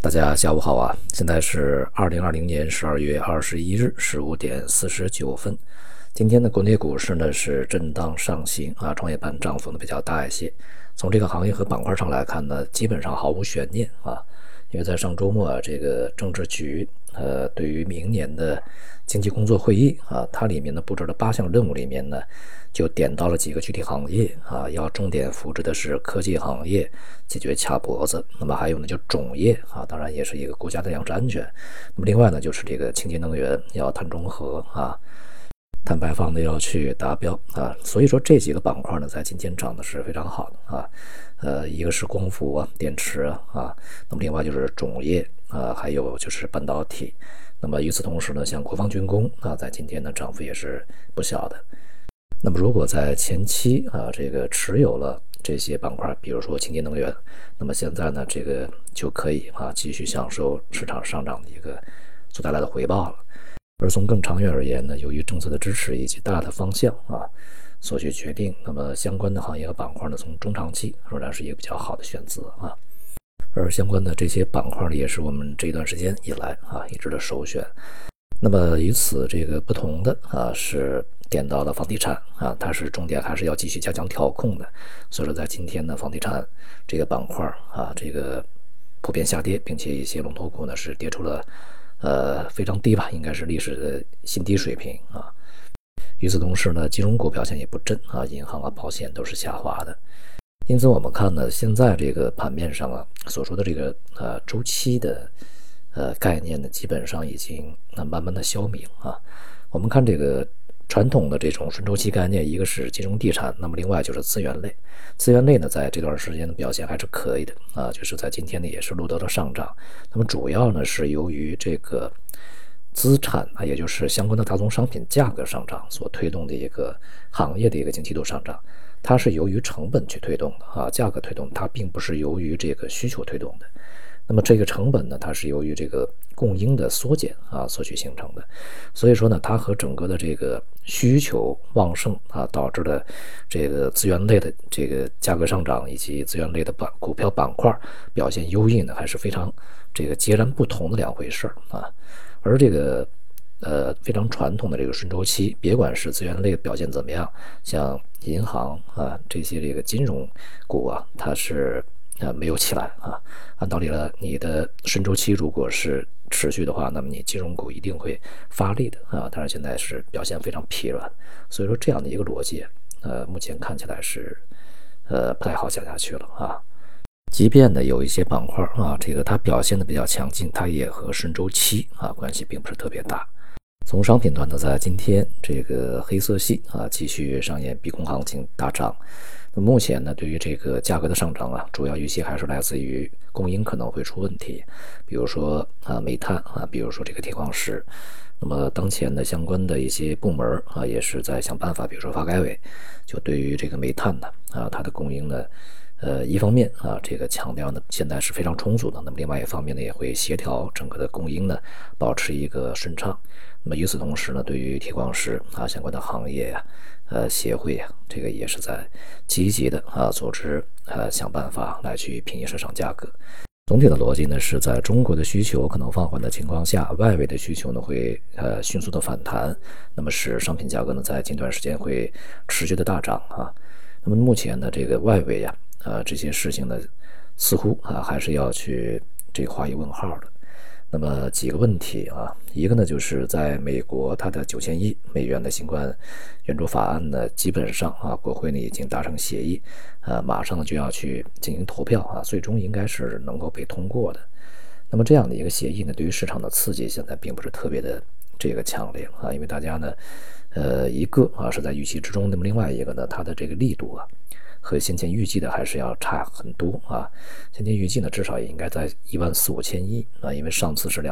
大家下午好啊！现在是2020年12月21日15点49分。今天的国内股市呢是震荡上行啊，创业板涨幅呢比较大一些。从这个行业和板块上来看呢，基本上毫无悬念啊。因为在上周末这个政治局对于明年的经济工作会议啊，它里面呢布置的8项任务里面呢，就点到了几个具体行业啊，要重点扶持的是科技行业，解决卡脖子。那么还有呢就种业啊，当然也是一个国家的粮食安全。那么另外呢就是这个清洁能源要碳中和啊，碳排放的要去达标啊，所以说这几个板块呢在今天涨的是非常好的啊。一个是光伏啊、电池啊，那么另外就是种业啊，还有就是半导体。那么与此同时呢，像国防军工啊，在今天呢涨幅也是不小的。那么如果在前期啊，这个持有了这些板块，比如说清洁能源，那么现在呢，这个就可以啊继续享受市场上涨的一个所带来的回报了。而从更长远而言呢，由于政策的支持以及大的方向啊所去决定，那么相关的行业和板块呢，从中长期仍然是一个比较好的选择啊。而相关的这些板块呢，也是我们这一段时间以来啊一直的首选。那么与此这个不同的啊，是点到了房地产啊，它是重点还是要继续加强调控的。所以说在今天呢，房地产这个板块啊，这个普遍下跌，并且一些龙头股呢是跌出了非常低吧，应该是历史的新低水平啊。与此同时呢，金融股表现也不振啊，银行啊、保险都是下滑的。因此我们看呢，现在这个盘面上啊所说的这个周期的概念呢，基本上已经慢慢的消弭啊。我们看这个传统的这种顺周期概念，一个是金融地产，那么另外就是资源类。资源类呢，在这段时间的表现还是可以的啊，就是在今天呢也是录得了上涨。那么主要呢是由于这个资产啊，也就是相关的大宗商品价格上涨所推动的一个行业的一个景气度上涨，它是由于成本去推动的啊，价格推动，它并不是由于这个需求推动的。那么这个成本呢，它是由于这个供应的缩减啊所去形成的，所以说呢，它和整个的这个需求旺盛啊导致的这个资源类的这个价格上涨，以及资源类的股票板块表现优异呢，还是非常这个截然不同的两回事啊。而这个非常传统的这个顺周期，别管是资源类表现怎么样，像银行啊这些这个金融股啊，它是没有起来啊。按道理呢，你的顺周期如果是持续的话，那么你金融股一定会发力的啊。但是现在是表现非常疲软，所以说这样的一个逻辑，目前看起来是不太好讲下去了啊。即便呢有一些板块啊，这个它表现的比较强劲，它也和顺周期啊关系并不是特别大。从商品端呢，在今天这个黑色系啊继续上演逼空行情大涨。那目前呢，对于这个价格的上涨啊，主要预期还是来自于供应可能会出问题，比如说煤炭啊，比如说这个铁矿石。那么当前的相关的一些部门啊，也是在想办法，比如说发改委就对于这个煤炭呢啊，它的供应呢。一方面啊，这个强调呢现在是非常充足的，那么另外一方面呢也会协调整个的供应呢，保持一个顺畅。那么与此同时呢，对于铁矿石啊相关的行业呀、协会呀，这个也是在积极的组织想办法来去平抑市场价格。总体的逻辑呢是在中国的需求可能放缓的情况下，外围的需求呢会迅速的反弹，那么使商品价格呢在近段时间会持续的大涨啊。那么目前呢这个外围呀这些事情呢，似乎还是要去这个画一问号的。那么几个问题啊，一个呢就是在美国，它的9000亿美元的新冠援助法案呢，基本上国会呢已经达成协议，马上就要去进行投票啊，最终应该是能够被通过的。那么这样的一个协议呢，对于市场的刺激现在并不是特别的这个强烈啊，因为大家呢，一个是在预期之中，那么另外一个呢，它的这个力度和先前预计的还是要差很多啊。先前预计呢，至少也应该在14000-5000亿啊，因为上次是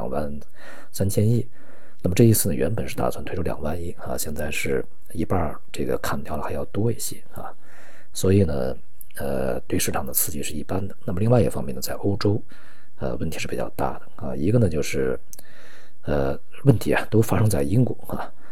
23000亿。那么这一次呢，原本是打算推出2万亿啊，现在是一半这个砍掉了，还要多一些啊。所以呢，对市场的刺激是一般的。那么另外一方面呢，在欧洲，问题是比较大的啊。一个呢就是，问题都发生在英国啊。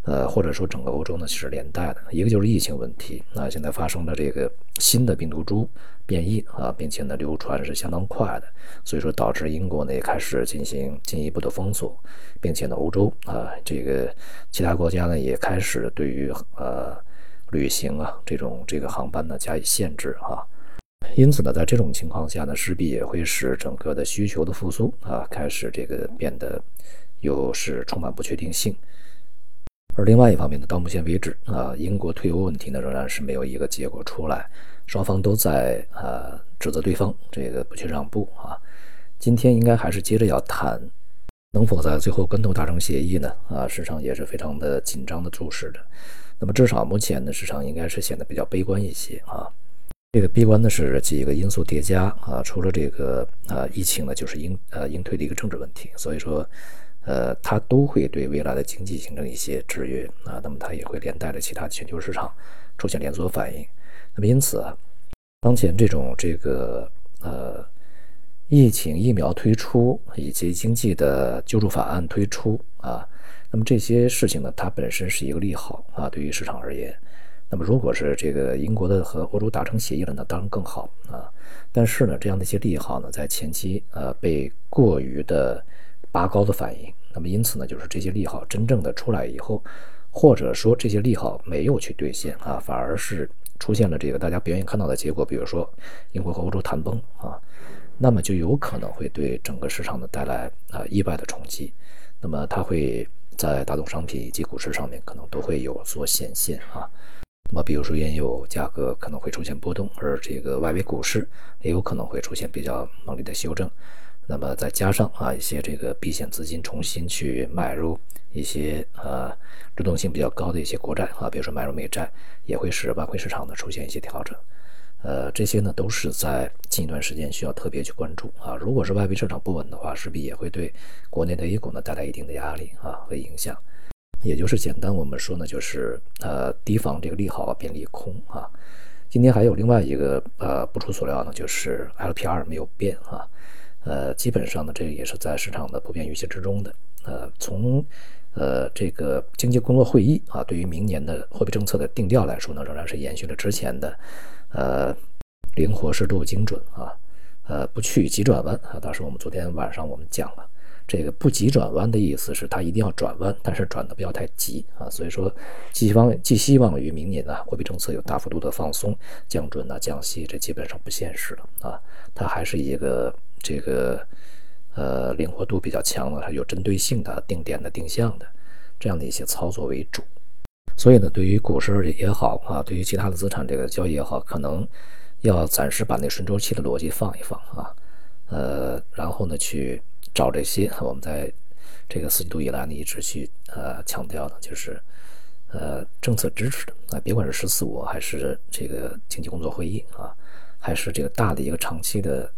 或者说整个欧洲呢是连带的。一个就是疫情问题，现在发生的这个新的病毒株变异并且呢流传是相当快的，所以说导致英国呢也开始进行进一步的封锁，并且呢欧洲这个其他国家呢也开始对于旅行这个航班呢加以限制因此呢，在这种情况下呢，势必也会使整个的需求的复苏开始这个变得是充满不确定性。而另外一方面呢，到目前为止英国退欧问题呢仍然是没有一个结果出来，双方都在指责对方这个不去让步今天应该还是接着要谈能否在最后跟头达成协议呢市场也是非常的紧张的注视的。那么至少目前呢，市场应该是显得比较悲观一些这个悲观呢是几个因素叠加除了这个疫情呢，就是英退的一个政治问题，所以说它都会对未来的经济形成一些制约那么它也会连带着其他全球市场出现连锁反应。那么因此当前这个疫情疫苗推出以及经济的救助法案推出那么这些事情呢，它本身是一个利好对于市场而言。那么如果是这个英国的和欧洲达成协议了呢，当然更好但是呢，这样的一些利好呢，在前期被过于的拔高的反应。那么因此呢，就是这些利好真正的出来以后，或者说这些利好没有去兑现反而是出现了这个大家不愿意看到的结果，比如说英国和欧洲谈崩那么就有可能会对整个市场呢带来意外的冲击。那么它会在大宗商品以及股市上面可能都会有所显现那么比如说原油价格可能会出现波动，而这个外围股市也有可能会出现比较猛烈的修正。那么再加上一些这个避险资金重新去买入一些流动性比较高的一些国债比如说买入美债，也会使外汇市场呢出现一些调整。这些呢都是在近一段时间需要特别去关注如果是外围市场不稳的话，势必也会对国内的 A 股呢带来一定的压力和影响。也就是简单我们说呢，就是提防这个利好变利空今天还有另外一个不出所料呢，就是 LPR 没有变基本上呢这个也是在市场的普遍预期之中的。从这个经济工作会议对于明年的货币政策的定调来说呢，仍然是延续了之前的灵活适度精准不去急转弯当时我们昨天晚上我们讲了，这个不急转弯的意思是它一定要转弯，但是转的不要太急所以说寄希望于明年货币政策有大幅度的放松，降准降息，这基本上不现实了它还是一个这个灵活度比较强的，它有针对性的定点的定向的这样的一些操作为主。所以呢，对于股市也好对于其他的资产这个交易也好，可能要暂时把那顺周期的逻辑放一放然后呢去找这些我们在这个4季度以来呢一直去强调的，就是政策支持的别管是14.5还是这个经济工作会议还是这个大的一个长期的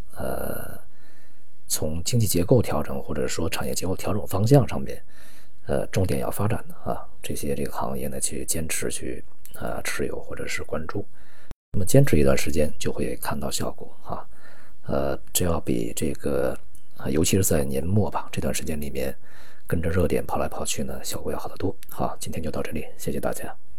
从经济结构调整或者说产业结构调整方向上面重点要发展的这些这个行业呢去坚持去持有或者是关注。那么坚持一段时间就会看到效果这要比这个尤其是在年末吧这段时间里面跟着热点跑来跑去呢，效果要好得多。好，今天就到这里，谢谢大家。